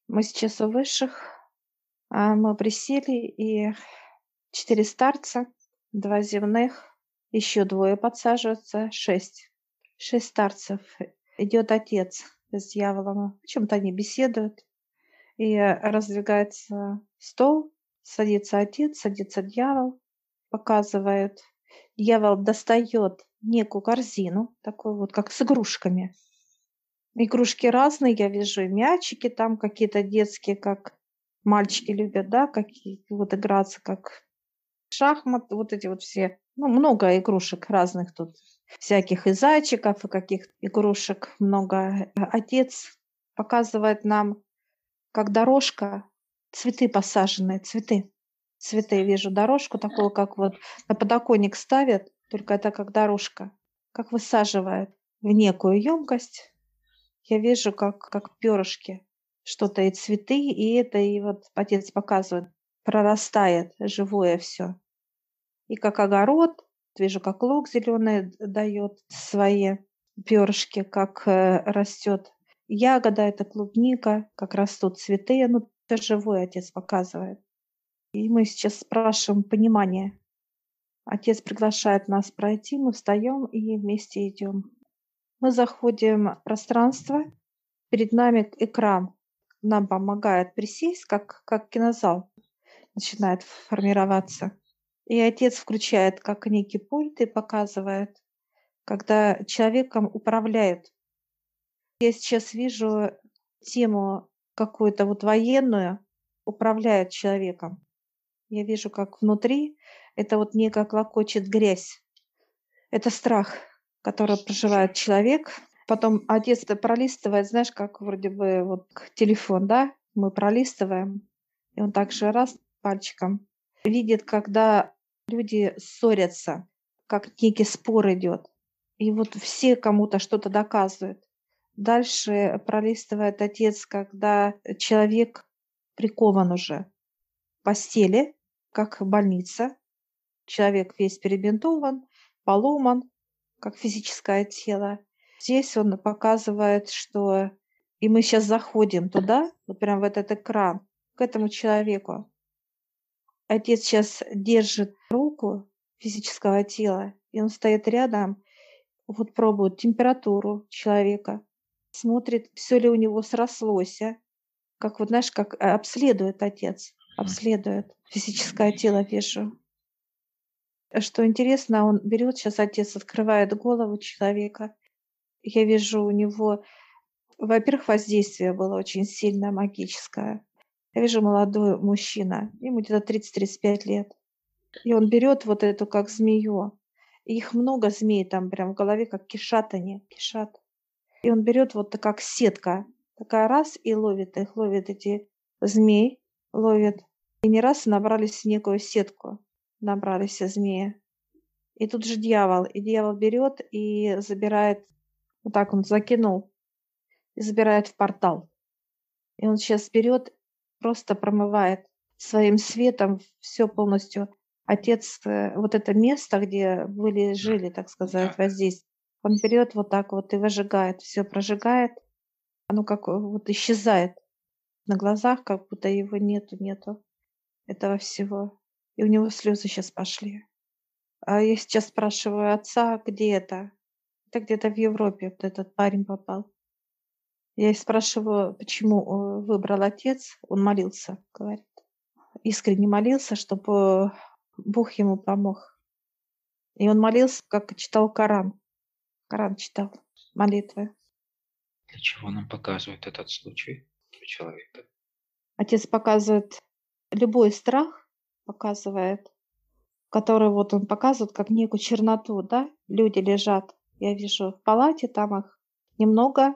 Мы сейчас у высших, мы присели, и 4 старца, 2 земных, еще двое подсаживаются, 6. 6 старцев. Идет отец с дьяволом. О чем-то они беседуют, и раздвигается стол, садится отец, садится дьявол, показывает. Дьявол достает некую корзину, такую вот, как с игрушками. Игрушки разные, я вижу, и мячики там какие-то детские, как мальчики любят, да, какие вот играться, как шахмат, вот эти вот все. Ну, много игрушек разных тут, всяких и зайчиков, и каких игрушек много. Отец показывает нам, как дорожка, цветы посаженные, цветы. Цветы, вижу дорожку такую, как вот на подоконник ставят, только это как дорожка, как высаживает в некую емкость. Я вижу, как перышки, что-то и цветы, и это, и вот отец показывает, прорастает живое все. И как огород, вижу, как лук зеленый дает свои перышки, как растет ягода, это клубника, как растут цветы. Ну, это живое отец показывает. И мы сейчас спрашиваем понимание. Отец приглашает нас пройти, мы встаем и вместе идем. Мы заходим в пространство. Перед нами экран нам помогает присесть, как кинозал начинает формироваться. И отец включает как некий пульт и показывает, когда человеком управляют. Я сейчас вижу тему какую-то вот военную, управляет человеком. Я вижу, как внутри это вот некая клокочет грязь. Это страх, который проживает человек. Потом отец это пролистывает, знаешь, как вроде бы вот телефон, да, мы пролистываем, и он также раз пальчиком видит, когда люди ссорятся, как некий спор идет. И вот все кому-то что-то доказывают. Дальше пролистывает отец, когда человек прикован уже в постели, как больница. Человек весь перебинтован, поломан, как физическое тело. Здесь он показывает, что и мы сейчас заходим туда, вот прям в этот экран, к этому человеку. Отец сейчас держит руку физического тела, и он стоит рядом, вот пробует температуру человека, смотрит, все ли у него срослось, как вот, знаешь, как обследует отец, обследует физическое тело, вижу. Что интересно, он берет сейчас отец открывает голову человека. Я вижу у него, во-первых, воздействие было очень сильное, магическое. Я вижу молодой мужчина, ему где-то 30-35 лет. И он берет вот эту как змею. И их много змей там прям в голове, как кишат они, кишат. И он берет вот как сетка, такая раз и ловит их, ловит эти змей, ловит. И не раз набрались в некую сетку, набрались змеи. И тут же дьявол. И дьявол берет и забирает, вот так он закинул, и забирает в портал. И он сейчас берет, просто промывает своим светом все полностью. Отец, вот это место, где были, жили, так сказать, воздействие, он берет вот так вот и выжигает, все прожигает, оно как вот исчезает на глазах, как будто его нету этого всего. И у него слезы сейчас пошли. А я сейчас спрашиваю отца, где это? Это где-то в Европе вот этот парень попал. Я и спрашиваю, почему, выбрал отец. Он молился, говорит. Искренне молился, чтобы Бог ему помог. И он молился, как читал Коран. Коран читал, молитвы. Для чего нам показывает этот случай у человека? Отец показывает любой страх, показывает, который вот он показывает как некую черноту, да. Люди лежат, я вижу, в палате, там их немного,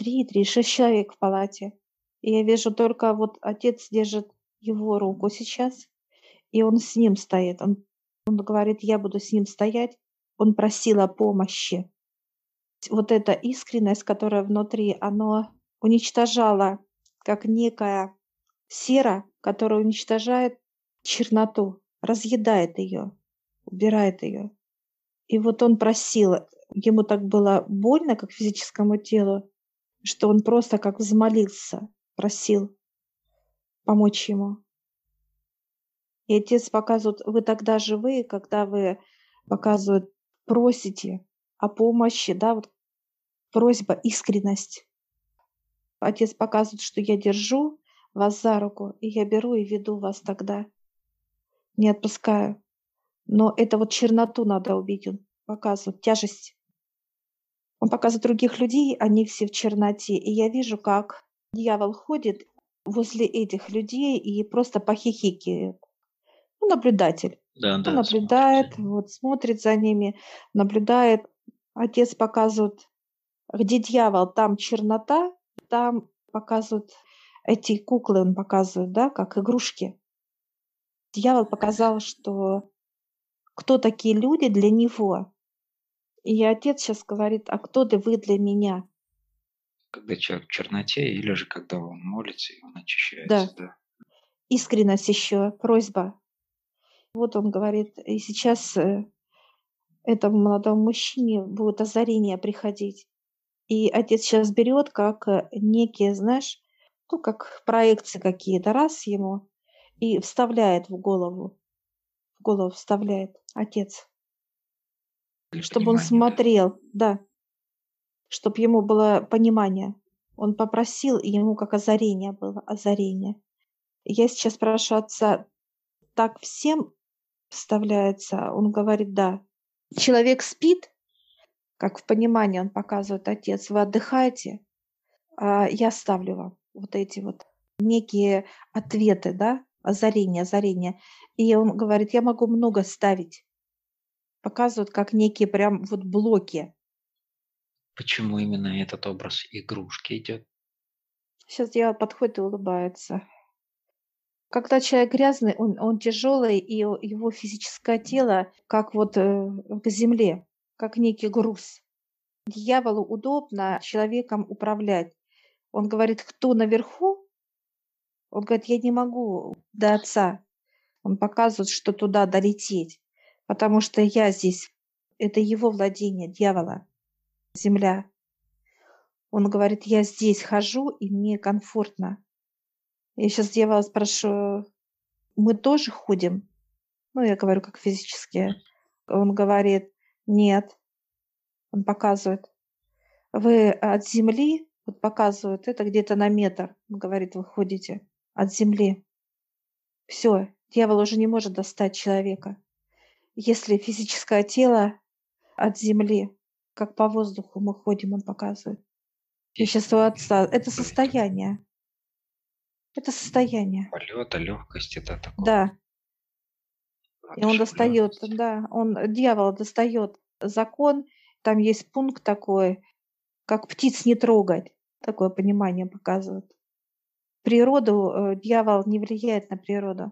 6 человек в палате. И я вижу только вот отец держит его руку сейчас, и он с ним стоит. Он говорит: "Я буду с ним стоять". Он просил о помощи. Вот эта искренность, которая внутри, оно уничтожало, как некая сера, которая уничтожает черноту, разъедает ее, убирает ее. И вот он просил, ему так было больно, как физическому телу, что он просто как взмолился, просил. помочь ему. И отец показывает, вы тогда живые, когда вы, показывает, просите о помощи, да, вот просьба, искренность. Отец показывает, что я держу вас за руку, и я беру и веду вас тогда, не отпускаю. Но это вот черноту надо убить, он показывает, тяжесть. Он показывает других людей, они все в черноте. И я вижу, как дьявол ходит возле этих людей и просто похихикивает. Ну, наблюдатель. Да, Он да, смотрит. наблюдает, вот смотрит за ними, наблюдает. Отец показывает, где дьявол, там чернота, там показывают эти куклы, он показывает, да, как игрушки. Дьявол показал, что кто такие люди для него. И отец сейчас говорит: "А кто ты вы для меня?" Когда человек в черноте или же когда он молится и он очищается, Да, да. искренность еще, просьба. Вот он говорит, и сейчас, этому молодому мужчине будет озарение приходить. И отец сейчас берет как, некие, знаешь, ну, как проекции какие-то, раз ему и вставляет в голову вставляет отец, Для чтобы он понимания, да. смотрел, да, чтобы ему было понимание. Он попросил, и ему как озарение было, озарение. И я сейчас спрашиваю отца: "Так всем вставляется?" Он говорит: "Да". Человек спит, как в понимании он показывает отец, вы отдыхаете, а я ставлю вам вот эти вот некие ответы, да, озарения, озарения. И он говорит: "Я могу много ставить". Показывают как некие прям вот блоки. Почему именно этот образ игрушки идет? Сейчас дьявол подходит и улыбается. Когда человек грязный, он тяжелый, и его физическое тело как вот, к земле, как некий груз. Дьяволу удобно человеком управлять. Он говорит: "Кто наверху?" Он говорит: "Я не могу до отца". Он показывает, что туда долететь, потому что я здесь. Это его владение, дьявола, земля. Он говорит: "Я здесь хожу, и мне комфортно". Я сейчас дьявола спрашиваю: "Мы тоже ходим?" Ну, я говорю, как физически. Он говорит: "Нет". Он показывает: "Вы от земли", вот показывает, это где-то на метр, он говорит, вы ходите от земли. Все, дьявол уже не может достать человека. Если физическое тело от земли, как по воздуху мы ходим, он показывает. Я Есть сейчас у отца. Это какой-то состояние. Это состояние. полета, легкости, да, такого, Да. И он достает, воодушевленности. да, дьявол достает закон, там есть пункт такой, как птиц не трогать. Такое понимание показывает. Природу, дьявол не влияет на природу,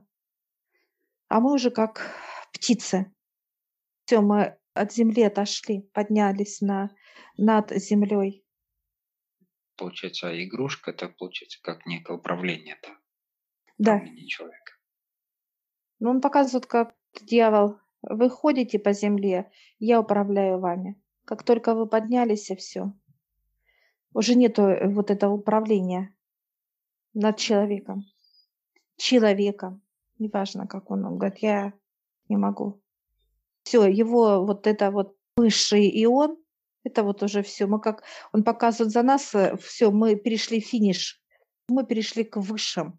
а мы уже как птицы. Все, мы от земли отошли, поднялись над землей. Получается, а игрушка это получается как некое управление, да, Да, управление человека. но он показывает, как дьявол: "Вы ходите по земле, я управляю вами". Как только вы поднялись, и всё. Уже нету, вот этого управления над человеком. Человеком. Неважно, как он говорит: "Я не могу". Все, его вот это вот высший ион, это вот уже все. Мы как он показывает за нас, все, мы перешли финиш. Мы перешли к высшим.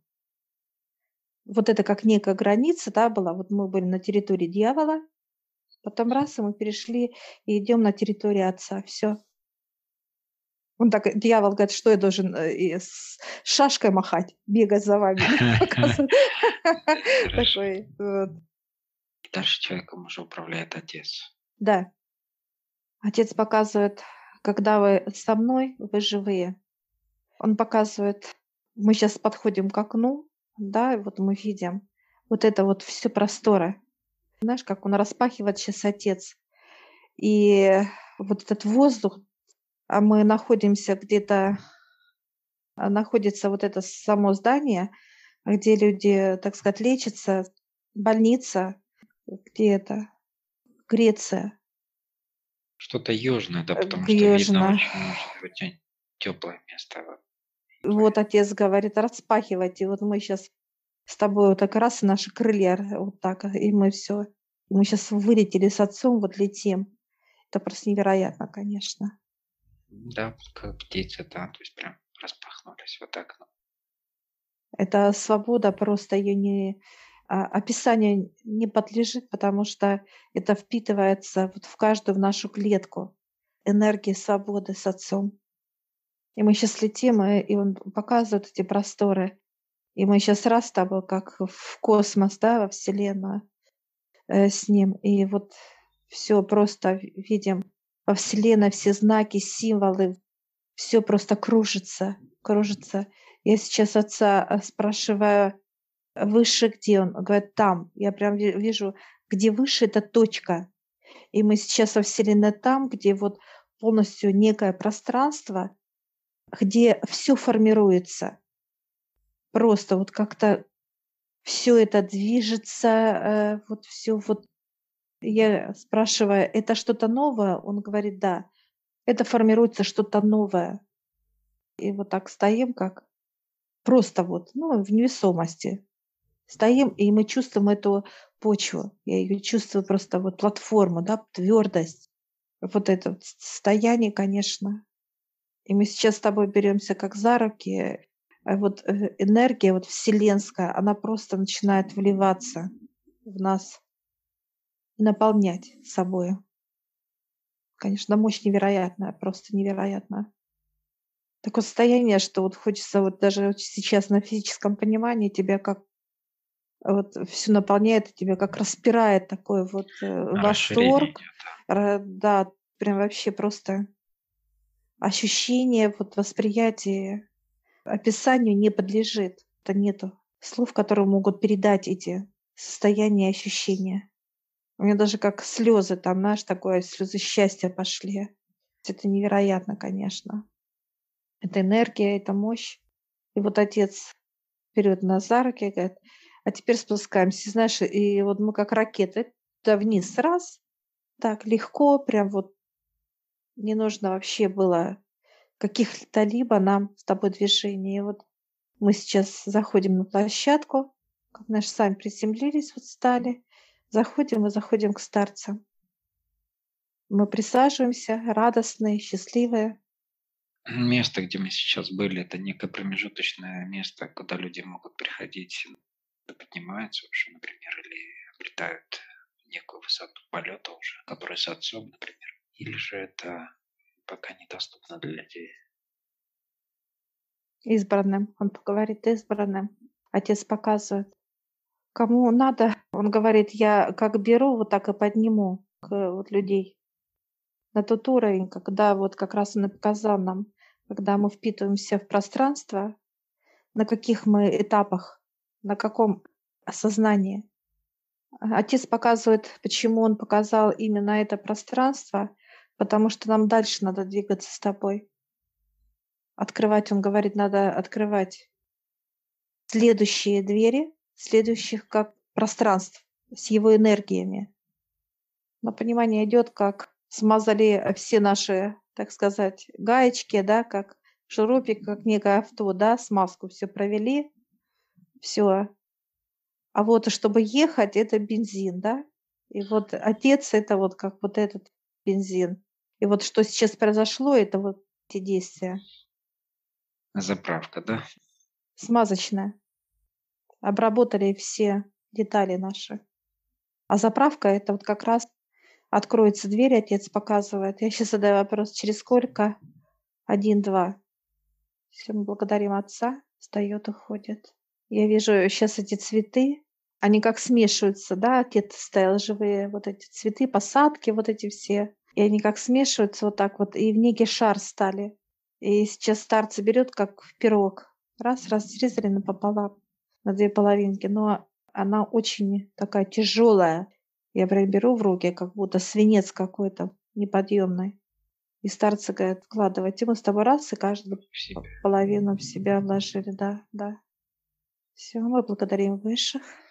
Вот это как некая граница, да, была. Вот мы были на территории дьявола, потом раз, и мы перешли и идем на территорию Отца. Все. Он так, дьявол говорит: "Что я должен, с шашкой махать, бегать за вами?" Да, показывает. Хорошо. Такой вот. Дальше человеком уже управляет отец. Да, Отец показывает: "Когда вы со мной, вы живые". Он показывает, мы сейчас подходим к окну, да, и вот мы видим вот это вот все просторы. Знаешь, как он распахивает сейчас Отец, и вот этот воздух, а мы находимся где-то, находится вот это само здание, где люди, так сказать, лечатся, больница, где это, Греция, Что-то южное, да, потому что видно Грежно. очень может быть теплое место. Вот. Вот отец говорит: "Распахивайте". Вот мы сейчас с тобой вот так раз, и наши крылья вот так, и мы все. Мы сейчас вылетели с отцом, вот летим. Это просто невероятно, конечно. Да, как птицы, да, то есть прям распахнулись вот так. Ну. Это свобода, просто ее не описанию не подлежит, потому что это впитывается вот в каждую в нашу клетку. Энергия свободы с отцом. И мы сейчас летим, и он показывает эти просторы. И мы сейчас раз с тобой как в космос, да, во Вселенную, с ним. И вот все просто видим во Вселенной все знаки, символы, все просто кружится, кружится. Я сейчас отца, спрашиваю: "Выше где?" Он говорит: "Там". Я прям вижу, где выше — это точка. И мы сейчас во Вселенной там, где вот полностью некое пространство, где все формируется. Просто вот как-то все это движется, вот все вот. Я спрашиваю: "Это что-то новое?" Он говорит: "Да, это формируется что-то новое". И вот так стоим, как просто вот, ну, в невесомости. Стоим, и мы чувствуем эту почву. Я ее чувствую просто вот платформу, да, твердость. Вот это вот состояние, конечно. И мы сейчас с тобой беремся как за руки, а вот, энергия вот вселенская, она просто начинает вливаться в нас и наполнять собой. Конечно, мощь невероятная, просто невероятная. Такое состояние, что вот хочется вот даже вот сейчас на физическом понимании тебя как вот всё наполняет, и тебя как распирает такой вот, Расширение восторг. идет. Да, прям вообще просто ощущение, вот восприятие описанию не подлежит. Это нету слов, которые могут передать эти состояния и ощущения. У меня даже как слезы там, знаешь, такое, слезы счастья пошли. Это невероятно, конечно. Это энергия, это мощь. И вот отец берет нас за руки и говорит: "А теперь спускаемся". Знаешь, и вот мы как ракеты туда вниз раз, так легко, прям вот не нужно вообще было каких-то либо нам с тобой движений. И вот мы сейчас заходим на площадку, как, знаешь, сами приземлились, вот стали, заходим и заходим к старцам. Мы присаживаемся, радостные, счастливые. Место, где мы сейчас были, это некое промежуточное место, куда люди могут приходить, поднимаются уже, например, или обретают некую высоту полета уже, который с отцом, например. Или же это пока недоступно для людей. Избранным. Он говорит избранным. Отец показывает. Кому надо, он говорит: "Я как беру, вот так и подниму вот людей на тот уровень", когда вот как раз он и показал нам, когда мы впитываемся в пространство, на каких мы этапах, на каком осознании. Отец показывает, почему он показал именно это пространство, потому что нам дальше надо двигаться с тобой. Открывать, он говорит, надо открывать следующие двери, следующих как пространств с его энергиями. Но понимание идет, как смазали все наши, так сказать, гаечки, да, как шурупик, как некое авто, да, смазку все провели, все. А вот чтобы ехать, это бензин, да. И вот отец — это вот как вот этот бензин. И вот что сейчас произошло, это вот эти действия. Заправка, да? Смазочная. Обработали все детали наши. А заправка — это вот как раз откроется дверь, отец показывает. Я сейчас задаю вопрос: через сколько? 1-2. Всё, мы благодарим отца. Встаёт, уходит. Я вижу сейчас эти цветы, они как смешиваются, да. Отец ставил живые вот эти цветы, посадки вот эти все, и они как смешиваются вот так вот, и в некий шар стали. И сейчас старцы берет, как в пирог, раз, разрезали напополам, на 2 половинки, но она очень такая тяжелая. Я прям беру в руки, как будто свинец какой-то неподъемный. И старцы говорят: "Вкладывайте". Мы с тобой раз, и каждый В себя. половину в себя вложили. Да, да. Все, мы благодарим высших.